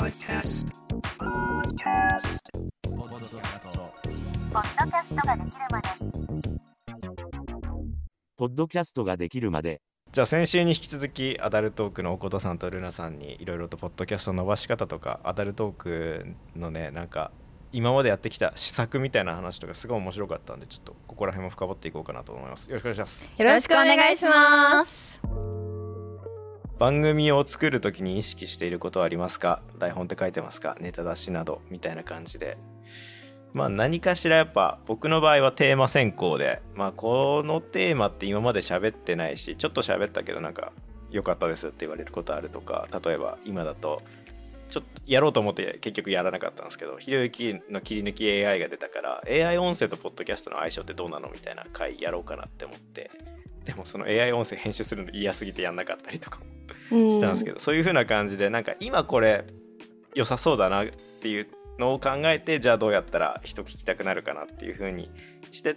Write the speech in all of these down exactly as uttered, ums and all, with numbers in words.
Podcast Podcast ポッドキャストポッドキャストができるまでポッドキャストができるまで。 じゃあ先週に引き続きアダルトークのおことさんとルナさんにいろいろとポッドキャストの伸ばし方とかアダルトークのねなんか今までやってきた施策みたいな話とかすごい面白かったんでちょっとここら辺も深掘っていこうかなと思います。よろしくお願いします。 よろしくお願いします。 番組を作るときに意識していることはありますか？台本って書いてますか？ネタ出しなどみたいな感じで、まあ何かしらやっぱ僕の場合はテーマ選考で、まあこのテーマって今まで喋ってないしちょっと喋ったけどなんか良かったですって言われることあるとか、例えば今だとちょっとやろうと思って結局やらなかったんですけど、ひろゆきの切り抜き エーアイ が出たから エーアイ 音声とポッドキャストの相性ってどうなのみたいな回やろうかなって思って、でもその エーアイ 音声編集するの嫌すぎてやんなかったりとかもしたんですけど、そういう風な感じでなんか今これ良さそうだなっていうのを考えて、じゃあどうやったら人聞きたくなるかなっていう風にしてって、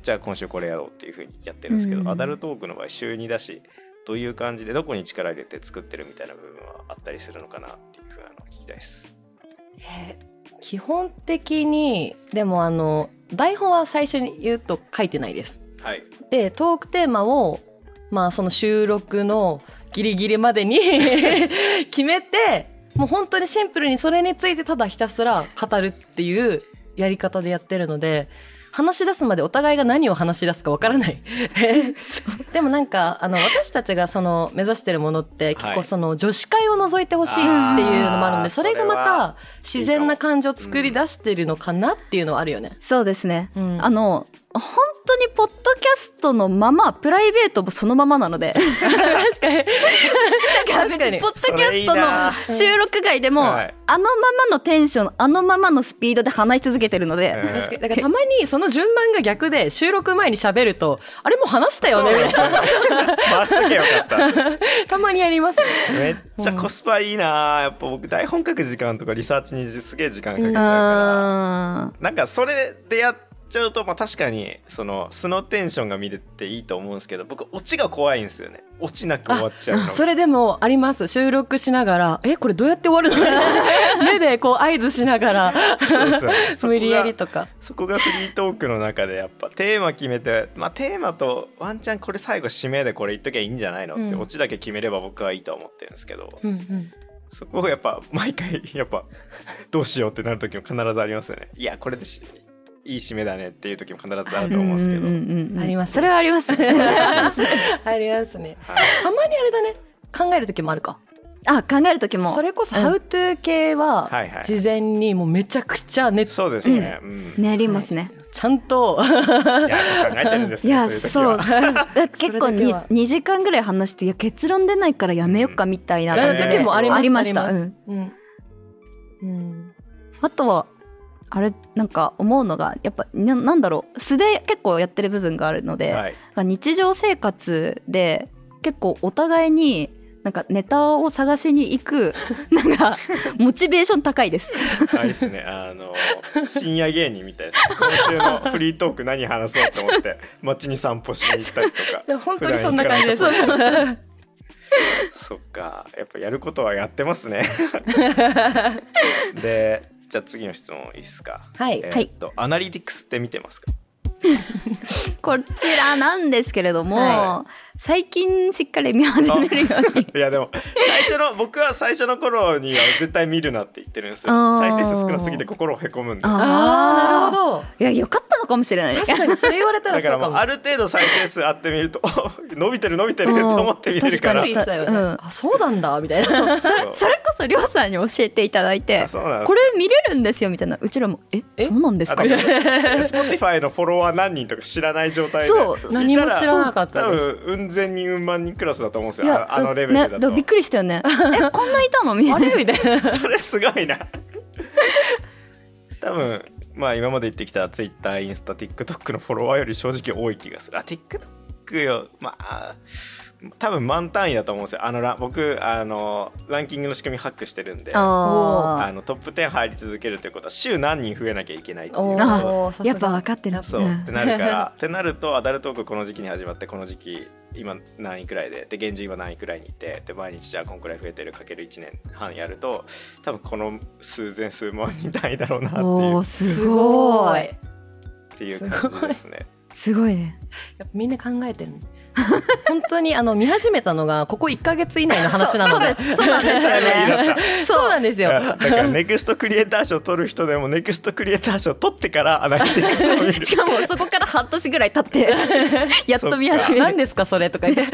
じゃあ今週これやろうっていう風にやってるんですけど、うん、アダルトークの場合週にだしどういう感じでどこに力入れて作ってるみたいな部分はあったりするのかなっていう風なのを聞きたいです。 え基本的にでもあの台本は最初に言うと書いてないです。 はい、 でトークテーマをまあその収録のギリギリまでに決めて、もう本当にシンプルにそれについてただひたすら語るっていうやり方でやってるので、話し出すまでお互いが何を話し出すかわからないでもなんかあの私たちがその目指してるものって結構その女子会を覗いてほしいっていうのもあるので、それがまた自然な感情を作り出してるのかなっていうのはあるよね。 そうですね、 うん、 あの本当にポッドキャストのままプライベートもそのままなので確かに確かにポッドキャストの収録外でも、はい、あのままのテンションあのままのスピードで話し続けてるので、 確かにだからたまにその順番が逆で収録前に喋るとあれもう話したよねみたいな回しとけよかったたまにやります、ね、 めっちゃコスパいいな。やっぱ僕台本書く時間とかリサーチにすげえ時間かけちゃうから、なんかそれでやってちゃうと、まあ、確かにその素のテンションが見れていいと思うんですけど、僕オチが怖いんですよね。オチなく終わっちゃうの。 それでもあります。収録しながらえこれどうやって終わるの目でこう合図しながらそうそうそ無理やりとか、 そこがフリートークの中でやっぱテーマ決めて、まあ、テーマとワンチャンこれ最後締めでこれ言っときゃいいんじゃないのって、うん、オチだけ決めれば僕はいいと思ってるんですけど、 うんうん、 そこをやっぱ毎回やっぱどうしようってなる時も必ずありますよね。いやこれでしいい締めだねっていう時も必ずあると思うんですけど、うんうんうん、 あります、ね、 それはありますねありますね、はい、たまにあれだね考える時もあるか。 あ考える時もそれこそハウトゥー系は事前にもうめちゃくちゃ練って、 そうですね、うんうん、練りますね、 ちゃんといや考えてるんですね。 いやそうそう結構ににじかんぐらい話していや結論出ないからやめよっかみたいな感じで、 うん、ありました。 うんうんうん、 あとはあれなんか思うのがやっぱ な, なんだろう素で結構やってる部分があるので、はい、日常生活で結構お互いになんかネタを探しに行くなんかモチベーション高いです。 あれですね、あの深夜芸人みたいです。今週のフリートーク何話そうと思って街に散歩しに行ったりとか。 いや本当にそんな感じです。 そっか、やっぱやることはやってますね。でじゃあ次の質問いいですか。 はい、 えー、っと、はい、アナリティクスって見てますか？ こちらなんですけれども、はい、最近しっかり見始めるようにいやでも最初の僕は最初の頃には絶対見るなって言ってるんですよ。再生数少なすぎて心へこむんで。 ああなるほど。 いや良かったのかもしれない。 確かにそれ言われたらそうかも。 だからもうある程度再生数あってみると伸びてる伸びてると思って見れるから、 確かにしたよね、うん、あそうなんだみたいな。 そうそれそれこそりょうさんに教えていただいてこれ見れるんですよみたいな、うちらもええそうなんですか。 Spotify のフォロワー何人とか知らない状態で、 そう何も知らなかったです。 多分うん千人うん万人クラスだと思うんですよ。あ, あのレベルだと、 ね、びっくりしたよね。えこんないたのみたいな。 それすごいな。多分まあ今まで言ってきた Twitter、インスタ、TikTok のフォロワーより正直多い気がする。あ TikTok よまあ多分満単位だと思うんですよ。あのラ僕あのランキングの仕組みハックしてるんで、 ああのトップじゅう入り続けるということは週何人増えなきゃいけないっていうおことーやっぱ分かってる。 そう、 うんってなるからってなるとアダルトークこの時期に始まってこの時期今何位くらいでで現状今何位くらいにいてで毎日じゃあこんくらい増えてるかけるいちねんはんやると多分この数千数万人単位だろうなっていうおーすごいっていう感じですね。 すごいね。 やっぱみんな考えてるね本当にあの見始めたのがここいっかげつ以内の話なのでそうですそうなんですよね。 そうなんですよ。 だからネクストクリエイター賞取る人でもネクストクリエイター賞取ってからアナリティクスを見るしかもそこから半年ぐらい経ってやっと見始める。 何ですかそれとか言って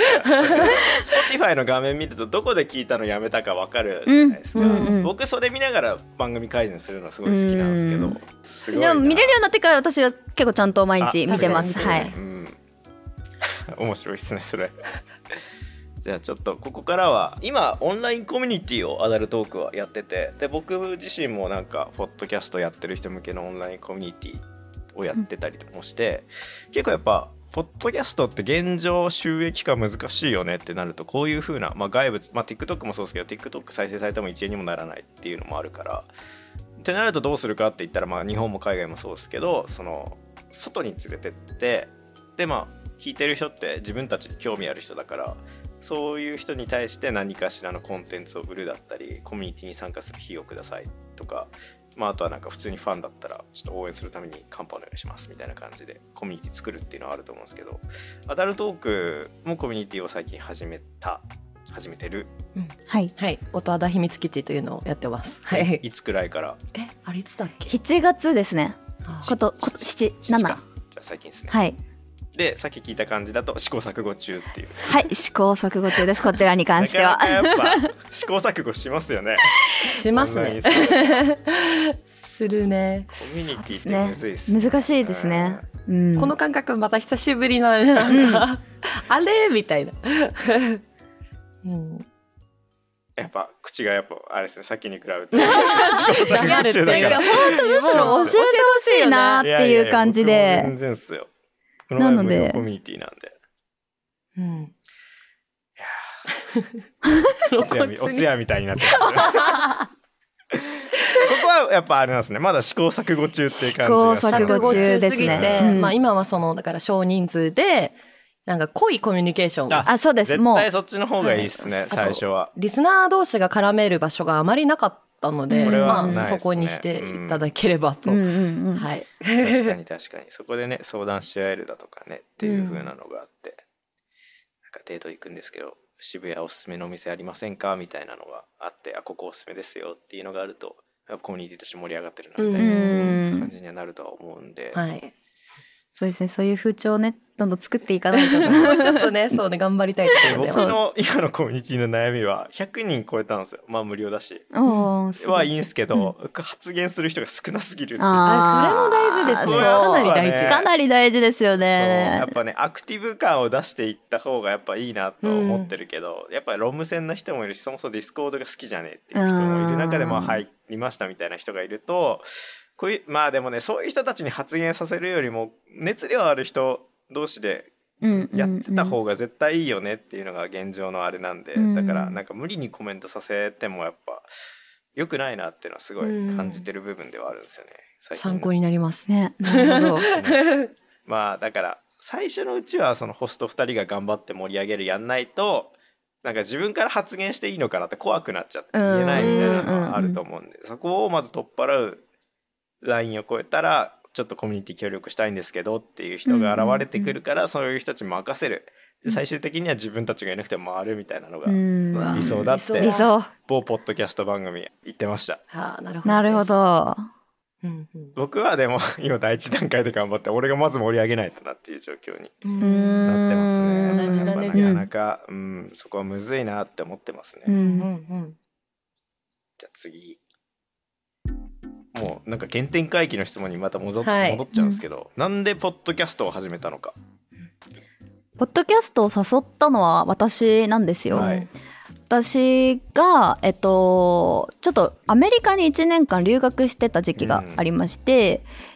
Spotify の画面見るとどこで聞いたのやめたか分かるじゃないですか、 うんうんうん、 僕それ見ながら番組改善するのすごい好きなんですけど、すごいな。 でも見れるようになってから私は結構ちゃんと毎日見てます。 あはい、 うん、面白いですねそれじゃあちょっとここからは今オンラインコミュニティをアダルトークはやっててで僕自身もなんかポッドキャストやってる人向けのオンラインコミュニティをやってたりもして、うん、結構やっぱポッドキャストって現状収益化難しいよねってなるとこういう風な、まあ、外部、まあ、TikTok もそうですけど TikTok 再生されてもいちえんにもならないっていうのもあるからってなるとどうするかって言ったら、まあ、日本も海外もそうですけどその外に連れてってでまあ聞いてる人って自分たちに興味ある人だからそういう人に対して何かしらのコンテンツを売るだったりコミュニティに参加する費用くださいとか、まあ、あとはなんか普通にファンだったらちょっと応援するためにカンパお願いしますみたいな感じでコミュニティ作るっていうのはあると思うんですけどアダルトークもコミュニティを最近始めた始めてる、 うん、 はいはい音羽田秘密基地というのをやってます。はい。 いつくらいから？ えあれいつだっけ？ しちがつですね。ことこと七七じゃあ最近ですね。 はい。 でさっき聞いた感じだと試行錯誤中っていう。 はい試行錯誤中ですこちらに関しては。 なかなかやっぱ試行錯誤しますよね。 しますね。するね。 コミュニティってむずいですね。 難しいですね。うん、 この感覚また久しぶりななんか、うん、あれみたいな。うん、 やっぱ口がやっぱあれですねさっきに比べて試行錯誤中だから本当むしろ教えてほしいなっていう感じで。 いやいやいや全然っすよ。この前無料コミュニティなんで。 うん。 いやおつやみおつやみたいになっちゃう。ここはやっぱあれなんですねまだ試行錯誤中っていう感じが試行錯誤中ですね、 うん、まあ今はそのだから少人数でなんか濃いコミュニケーションあそうです絶対そっちの方がいいですね、はい、最初はリスナー同士が絡める場所があまりなかったので、 うんまあ、 ね、 そこにしていただければと、 うんうんうん、 はい確かに確かにそこでね相談し合えるだとかねっていう風なのがあって、うん、なんかデート行くんですけど渋谷おすすめのお店ありませんかみたいなのがあってあここおすすめですよっていうのがあるとコミュニティとして盛り上がってるなみたいな感じにはなるとは思うんで、 はい、 そうですねそういう風潮をねどんどん作っていかないとちょっとねそうね頑張りたいと僕の今のコミュニティの悩みはひゃくにん超えたんですよまあ無料だし、 うん、 はいいんですけど、うん、発言する人が少なすぎるってあそれも大事ですねかなり大事、 ね、かなり大事ですよねやっぱねアクティブ感を出していった方がやっぱいいなと思ってるけど、うん、やっぱりロム線の人もいるしそもそもディスコードが好きじゃねえっていう人もいる中でまあ入りましたみたいな人がいるとこういうまあでもねそういう人たちに発言させるよりも熱量ある人同士でやってた方が絶対いいよねっていうのが現状のあれなんで、うん、だからなんか無理にコメントさせてもやっぱ良くないなっていうのはすごい感じてる部分ではあるんですよね、 最近参考になりますね。なるほど、 ね、まあだから最初のうちはそのホストふたりが頑張って盛り上げるやんないとなんか自分から発言していいのかなって怖くなっちゃって言えないみたいなのはあると思うんで、そこをまず取っ払うラインを超えたらちょっとコミュニティ協力したいんですけどっていう人が現れてくるから、そういう人たちに任せるで最終的には自分たちがいなくても回るみたいなのが理想だって某ポッドキャスト番組言ってました。 はあ、なるほど。 なるほど。 うんうん、 僕はでも今第一段階で頑張って俺がまず盛り上げないとなっていう状況になってますね。 同じだね。 なかなか、うん、そこはむずいなって思ってますね。 うんうんうん、 じゃあ次もうなんか原点回帰の質問にまた戻っ、はい、戻っちゃうんですけど、うん、なんでポッドキャストを始めたのか。 ポッドキャストを誘ったのは私なんですよ、はい、私が、えっと、ちょっとアメリカにいちねんかん留学してた時期がありまして、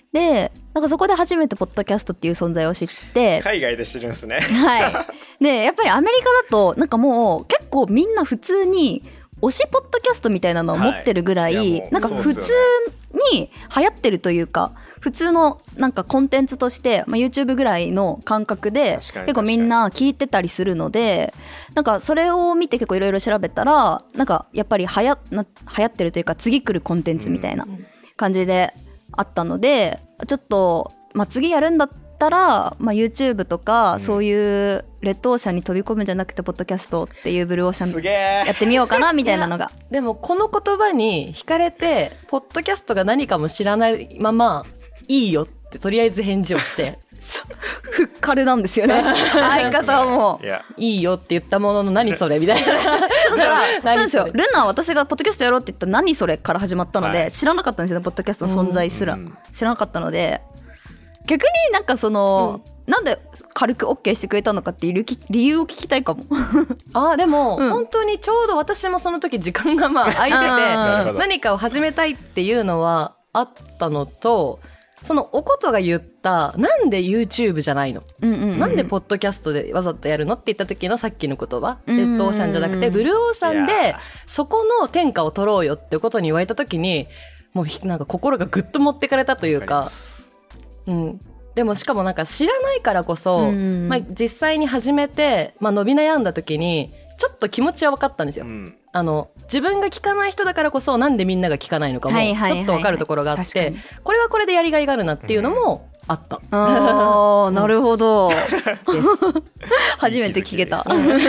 でなんかそこで初めてポッドキャストっていう存在を知って海外で知るんですね。 はいでやっぱりアメリカだとなんかもう結構みんな普通に推しポッドキャストみたいなのを持ってるぐらい、はい、いなんか普通に流行ってるというか普通のなんかコンテンツとして、まあ、YouTube ぐらいの感覚で結構みんな聞いてたりするのでなんかそれを見て結構いろいろ調べたらなんかやっぱりはやな流行ってるというか次来るコンテンツみたいな感じであったので、うん、ちょっと、まあ、次やるんだったら、まあ、YouTube とか、うん、そういうレッドオーシャンに飛び込むんじゃなくてポッドキャストっていうブルーオーシャンやってみようかなみたいなのがでもこの言葉に惹かれてポッドキャストが何かも知らないままいいよってとりあえず返事をしてふっかるなんですよね相方はもういいよって言ったものの何それみたいなだからそうですよルナは私がポッドキャストやろうって言ったら何それから始まったので、はい、知らなかったんですよねポッドキャストの存在すら知らなかったので逆になんかその、うん、なんで軽く OK してくれたのかっていう理由を聞きたいかもあでも、うん、本当にちょうど私もその時時間がまあ空いてて何かを始めたいっていうのはあったのとそのおことが言ったなんで YouTube じゃないの、うんうんうん、なんでポッドキャストでわざとやるのって言った時のさっきの言葉、うんうんうん、レッドオーシャンじゃなくてブルーオーシャンでそこの天下を取ろうよってことに言われた時にもうなんか心がぐっと持ってかれたというか、うん、でもしかもなんか知らないからこそ、うんうんまあ、実際に始めて、まあ、伸び悩んだ時にちょっと気持ちは分かったんですよ、うん、あの自分が聞かない人だからこそなんでみんなが聞かないのかもちょっと分かるところがあって、はいはいはいはい、これはこれでやりがいがあるなっていうのもあった、うん、 あなるほど初めて聞けた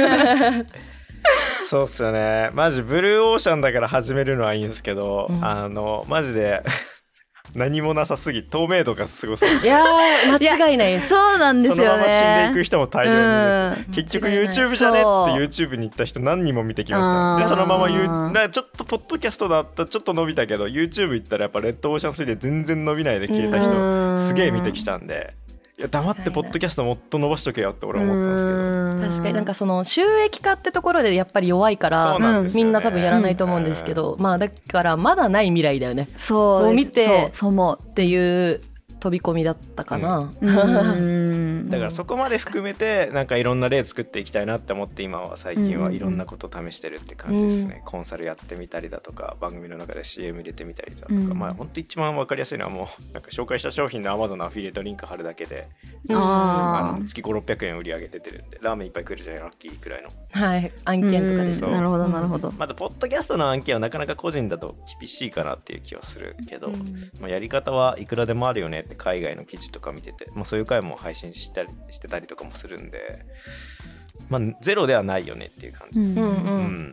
そうっすよねマジブルーオーシャンだから始めるのはいいんですけど、うん、あのマジで何もなさすぎ透明度がすごすぎていや間違いないそうなんですよねそのまま死んでいく人も大量に、うん、結局 YouTube じゃねっつって YouTube に行った人何人も見てきましたでそのまま YouTube だちょっとポッドキャストだったらちょっと伸びたけど YouTube 行ったらやっぱレッドオーシャンスリーで全然伸びないで消えた人すげえ見てきたんでいや黙ってポッドキャストもっと伸ばしとけよって俺は思ったんですけど確かになんかその収益化ってところでやっぱり弱いから、ね、みんな多分やらないと思うんですけど、うん、まあだからまだない未来だよねそうを見てそう思うっていう飛び込みだったかな、 うん、だからそこまで含めてなんかいろんな例作っていきたいなって思って今は最近はいろんなこと試してるって感じですね、うん、コンサルやってみたりだとか番組の中で シーエム 入れてみたりだとか、うん、まあ本当一番分かりやすいのはもうなんか紹介した商品の Amazon のアフィリエイトリンク貼るだけで、うん、あの月ごひゃくろっぴゃくえん売り上げ出てるんでラーメンいっぱい食えるじゃないラッキーくらいのはい案件とかですね、 うん、なるほどなるほどまだポッドキャストの案件はなかなか個人だと厳しいかなっていう気はするけど、うんまあ、やり方はいくらでもあるよねって海外の記事とか見てて、まあ、そういう回も配信したりしてたりとかもするんで、まあ、ゼロではないよねっていう感じです、うんうんうん、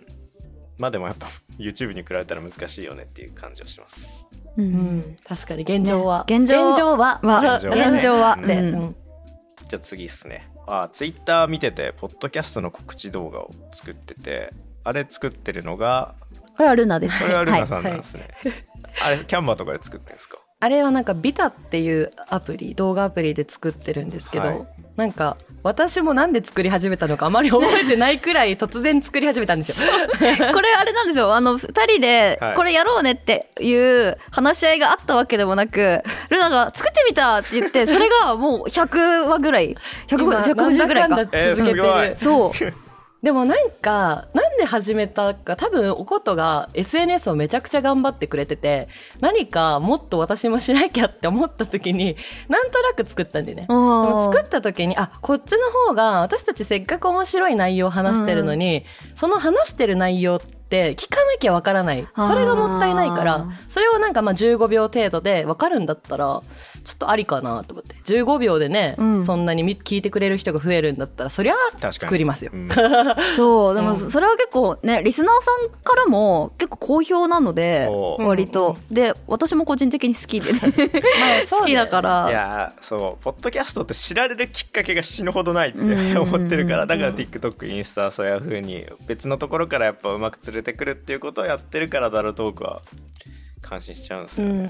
まあでもやっぱ YouTube に比べたら難しいよねっていう感じはします、 うんうん、確かに現状は、 ね、現状現状は現状は、ねうん、 じゃあ次ですねあ Twitter 見ててポッドキャストの告知動画を作っててあれ作ってるのがこれはルナですこれはルナさんなんですね、はい、あれキャンバーとかで作ってるんですかあれはなんかビタっていうアプリ動画アプリで作ってるんですけど、はい、なんか私もなんで作り始めたのかあまり覚えてないくらい突然作り始めたんですよこれあれなんですよあのふたりでこれやろうねっていう話し合いがあったわけでもなくルナが作ってみたって言ってそれがもうひゃくわぐらいひゃくごじゅうぐらいか続けてる、 えー、 そうでもなんかなんで始めたか多分おことが エスエヌエス をめちゃくちゃ頑張ってくれてて何かもっと私もしなきゃって思った時になんとなく作ったんでねでも作った時にあこっちの方が私たちせっかく面白い内容を話してるのに、うん、その話してる内容って聞かなきゃわからないそれがもったいないからそれをなんかまあじゅうごびょう程度でわかるんだったらちょっとありかなと思ってじゅうごびょうでね、うん、そんなに聞いてくれる人が増えるんだったらそりゃ作りますよ、うん、 そうでもそれは結構ねリスナーさんからも結構好評なので割とで私も個人的に好きでね好きだからいやそうポッドキャストって知られるきっかけが死ぬほどないって思ってるからだから TikTok インスタそういう風に別のところからやっぱうまく連れてくるっていうことをやってるからダラトークは感心しちゃうんですよね、 うん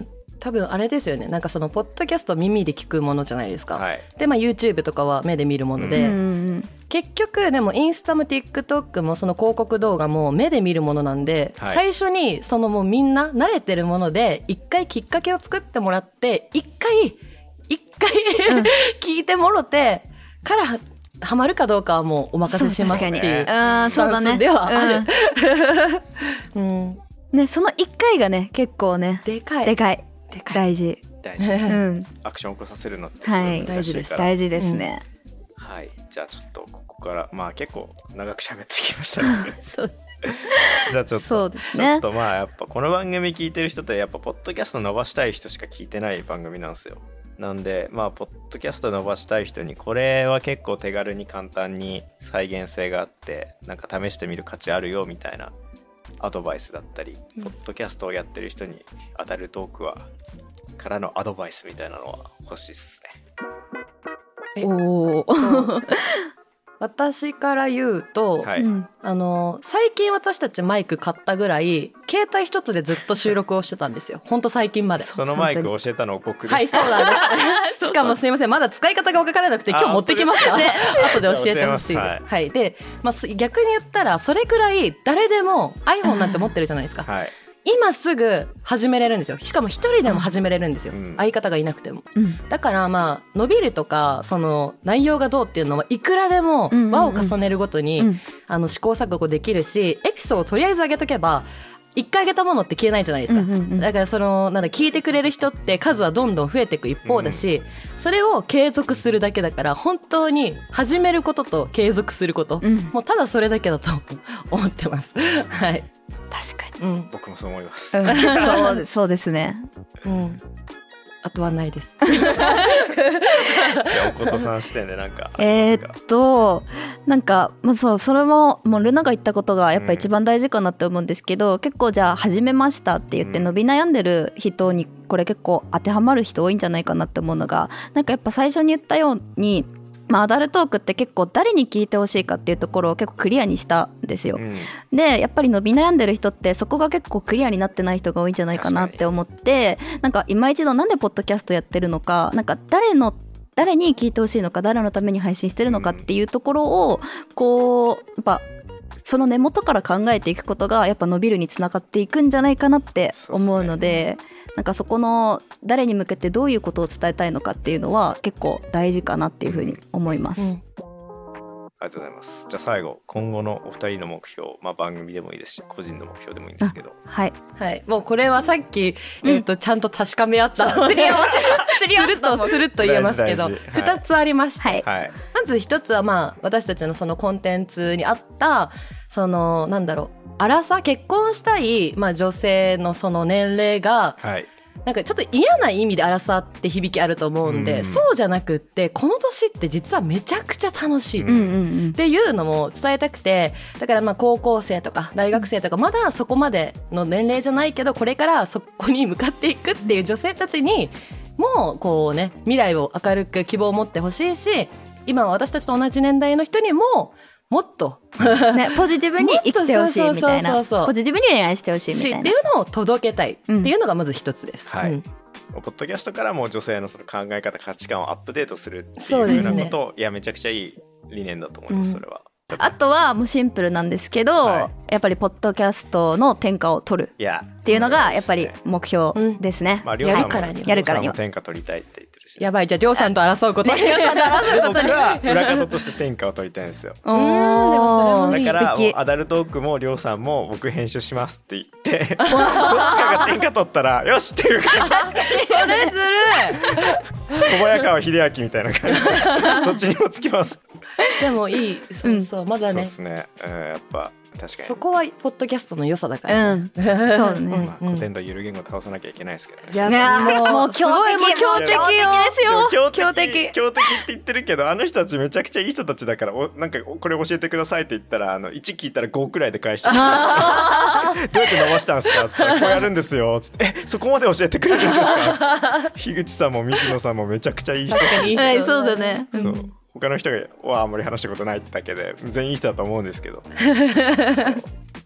多分あれですよね、なんかそのポッドキャスト耳で聞くものじゃないですか、 はい、 で、まあ、YouTube とかは目で見るもので、 うん、 結局でもインスタも TikTok もその広告動画も目で見るものなんで、はい、最初にそのもうみんな慣れてるもので一回きっかけを作ってもらって一回一回、うん、聞いてもろてからハマるかどうかはもうお任せしますっていうスタンスではある。うんね、そのいっかいがね結構ねでかいでかいでかい大事大事、うん、アクションを起こさせるのってすごい難しいから、 はい、大事ですね、 うん、はい。じゃあちょっとここからまあ結構長く喋ってきましたのでそうじゃあちょっとそうですね、 ちょっとまあやっぱこの番組聞いてる人ってやっぱポッドキャスト伸ばしたい人しか聞いてない番組なんですよ。なんでまあポッドキャスト伸ばしたい人にこれは結構手軽に簡単に再現性があってなんか試してみる価値あるよみたいなアドバイスだったり、うん、ポッドキャストをやってる人にアダルトークはからのアドバイスみたいなのは欲しいっすね。おお私から言うと、はい、あの最近私たちマイク買ったぐらい携帯一つでずっと収録をしてたんですよ。ほんと最近まで。 そのマイクを教えたの僕です。 はい、そうなんですしかもすいません、まだ使い方が分からなくて今日持ってきました。後で教えてほしいです。はい、はい、で、まあ、逆に言ったらそれくらい誰でも iPhone なんて持ってるじゃないですか。はい、今すぐ始めれるんですよ。しかも一人でも始めれるんですよ、うん、相方がいなくても、うん、だからまあ伸びるとかその内容がどうっていうのはいくらでも輪を重ねるごとに、うんうんうん、あの試行錯誤できるし、エピソードをとりあえず上げとけば一回上げたものって消えないじゃないですか、うんうんうん、だからそのなんだ聞いてくれる人って数はどんどん増えていく一方だし、うん、それを継続するだけだから本当に始めることと継続すること、うん、もうただそれだけだと思ってますはい、 確かに、 うん、 僕もそう思いますそう、そうですね、 うん、あとはないですじゃあおことさん視点でなんかありますか？ えー、っとなんか、まあ、そうそれももうルナが言ったことがやっぱ一番大事かなって思うんですけど、うん、結構じゃあ始めましたって言って伸び悩んでる人にこれ結構当てはまる人多いんじゃないかなって思うのが、なんかやっぱ最初に言ったようにまあ、アダルトークって結構誰に聞いてほしいかっていうところを結構クリアにしたんですよ、うん、でやっぱり伸び悩んでる人ってそこが結構クリアになってない人が多いんじゃないかなって思って、なんか今一度なんでポッドキャストやってるのか、なんか誰の誰に聞いてほしいのか、誰のために配信してるのかっていうところをこうやっぱその根元から考えていくことがやっぱ伸びるにつながっていくんじゃないかなって思うので、なんかそこの誰に向けてどういうことを伝えたいのかっていうのは結構大事かなっていうふうに思います、うん、 ありがとうございます。じゃあ最後今後のお二人の目標、まあ、番組でもいいですし個人の目標でもいいんですけど、 はい、はい、 もうこれはさっき、えー、とちゃんと確かめ合ったので、うん、するとすると言えますけどふたつありまして、はい、まずひとつはまあ私たちのそのコンテンツに合ったそのなんだろうアラサ結婚したい、まあ、女性のその年齢が、はい、なんかちょっと嫌な意味でアラサって響きあると思うんで、うん、そうじゃなくってこの年って実はめちゃくちゃ楽しいっていうのも伝えたくて、だからまあ高校生とか大学生とかまだそこまでの年齢じゃないけどこれからそこに向かっていくっていう女性たちにもこうね未来を明るく希望を持ってほしいし、今は私たちと同じ年代の人にももっと、 ね、ポジティブに生きてほしいみたいな、ポジティブに恋愛してほしいみたいなっていうのを届けたいっていうのがまず一つです、 うん、はい、うん、ポッドキャストからも女性のその考え方価値観をアップデートするっていうようなこと、ね、いやめちゃくちゃいい理念だと思います、うん、それは。 あとはもうシンプルなんですけど、はい、やっぱりポッドキャストの天下を取るっていうのがやっぱり目標ですね、 うん、まあ、 やるからにはやるからには天下取りたいって言ってるし、 やばい、じゃありょうさんと争うこと、ね、 僕は裏方として天下を取りたいんですようん、でもそれもいい、 だからアダルトークもりょうさんも僕編集しますって言ってどっちかが天下取ったらよしっていう感じ確かにそれずるい小早川秀明みたいな感じでどっちにもつきますでもいい、そうそう、うん、まだね、 そうですね、うん、やっぱ確かにそこはポッドキャストの良さだから、 うん、そうだね、 まあ、古典とゆる言語を倒さなきゃいけないですけどね。 いやもう強敵強敵ですよ。 強敵強敵強敵って言ってるけど、あの人たちめちゃくちゃいい人たちだから、おなんかこれ教えてくださいって言ったら、あのいち聞いたらごくらいで返してどうやって伸ばしたんですかつってこうやるんですよつってえそこまで教えてくれるんですか樋口さんも水野さんもめちゃくちゃいい人はい、そうだね、 そう、他の人がはあんまり話したことないってだけで全員いい人だと思うんですけど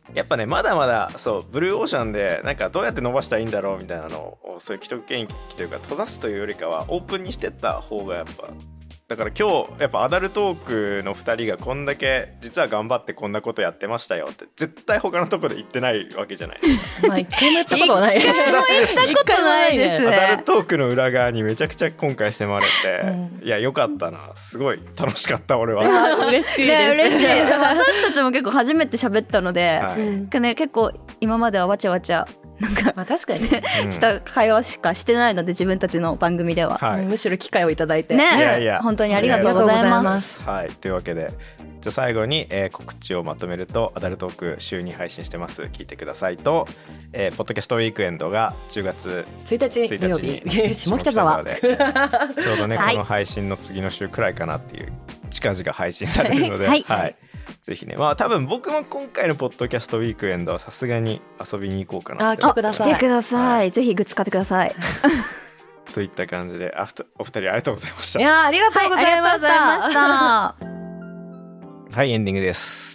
やっぱねまだまだそうブルーオーシャンでなんかどうやって伸ばしたらいいんだろうみたいなのをそういう既得権益というか閉ざすというよりかはオープンにしてった方がやっぱだから今日やっぱアダルトークのふたりがこんだけ実は頑張ってこんなことやってましたよって絶対他のとこで言ってないわけじゃないですか。 まあ一回もやったことはない。 初出しです言ったことないですアダルトークの裏側にめちゃくちゃ今回迫れて、 うん、 いやよかったなすごい楽しかった俺は。 嬉しいです。 ね、嬉しい。私たちも結構初めて喋ったので、 はいうんね、結構今まではわちゃわちゃなんかまあ確かに、 うんした会話しかしてないので自分たちの番組では、 はいむしろ機会をいただいて、 ね、 いやいや本当にありがとうございます。 はいというわけでじゃあ最後に、えー告知をまとめるとアダルトーク週に配信してます聞いてくださいと、えーポッドキャストウィークエンドがじゅうがつついたちつい土曜たちに日下北沢でちょうどね、 はいこの配信の次の週くらいかなっていう近々配信されるので、 はいぜひねまあ多分僕も今回のポッドキャストウィークエンドはさすがに遊びに行こうかなってあ来てください来てください。ぜひグッズ買ってください。 といった感じであふたお二人ありがとうございました。 いやーありがとうございました、 はい、ありがとうございました。 はいエンディングです。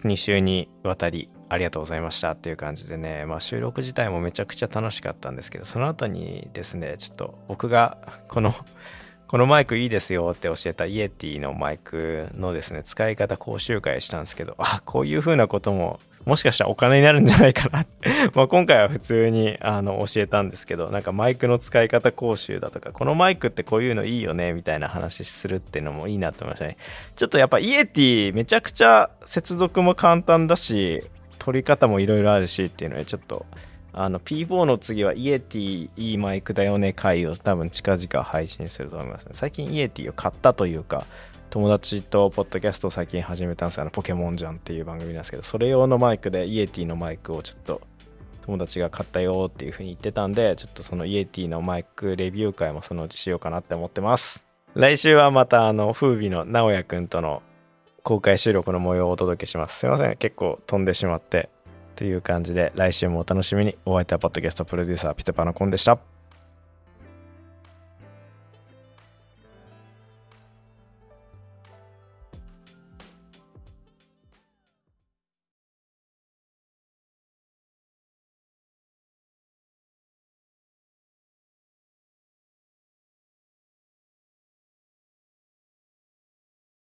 に週にわたりありがとうございましたっていう感じでね、まあ、収録自体もめちゃくちゃ楽しかったんですけどその後にですねちょっと僕がこのこのマイクいいですよって教えたイエティのマイクのですね使い方講習会したんですけどあこういう風なことももしかしたらお金になるんじゃないかなまあ今回は普通にあの教えたんですけどなんかマイクの使い方講習だとかこのマイクってこういうのいいよねみたいな話するっていうのもいいなと思いましたね。ちょっとやっぱイエティめちゃくちゃ接続も簡単だし取り方もいろいろあるしっていうのでちょっとあの ピーフォー の次はイエティいいマイクだよね回を多分近々配信すると思いますね。最近イエティを買ったというか友達とポッドキャストを最近始めたんですよ。あのポケモンじゃんっていう番組なんですけどそれ用のマイクでイエティのマイクをちょっと友達が買ったよっていう風に言ってたんでちょっとそのイエティのマイクレビュー会もそのうちしようかなって思ってます。来週はまたあの風美の直哉くんとの公開収録の模様をお届けします。すいません結構飛んでしまってという感じで来週もお楽しみに。お相手はポッドキャストプロデューサーピトパのコンでした。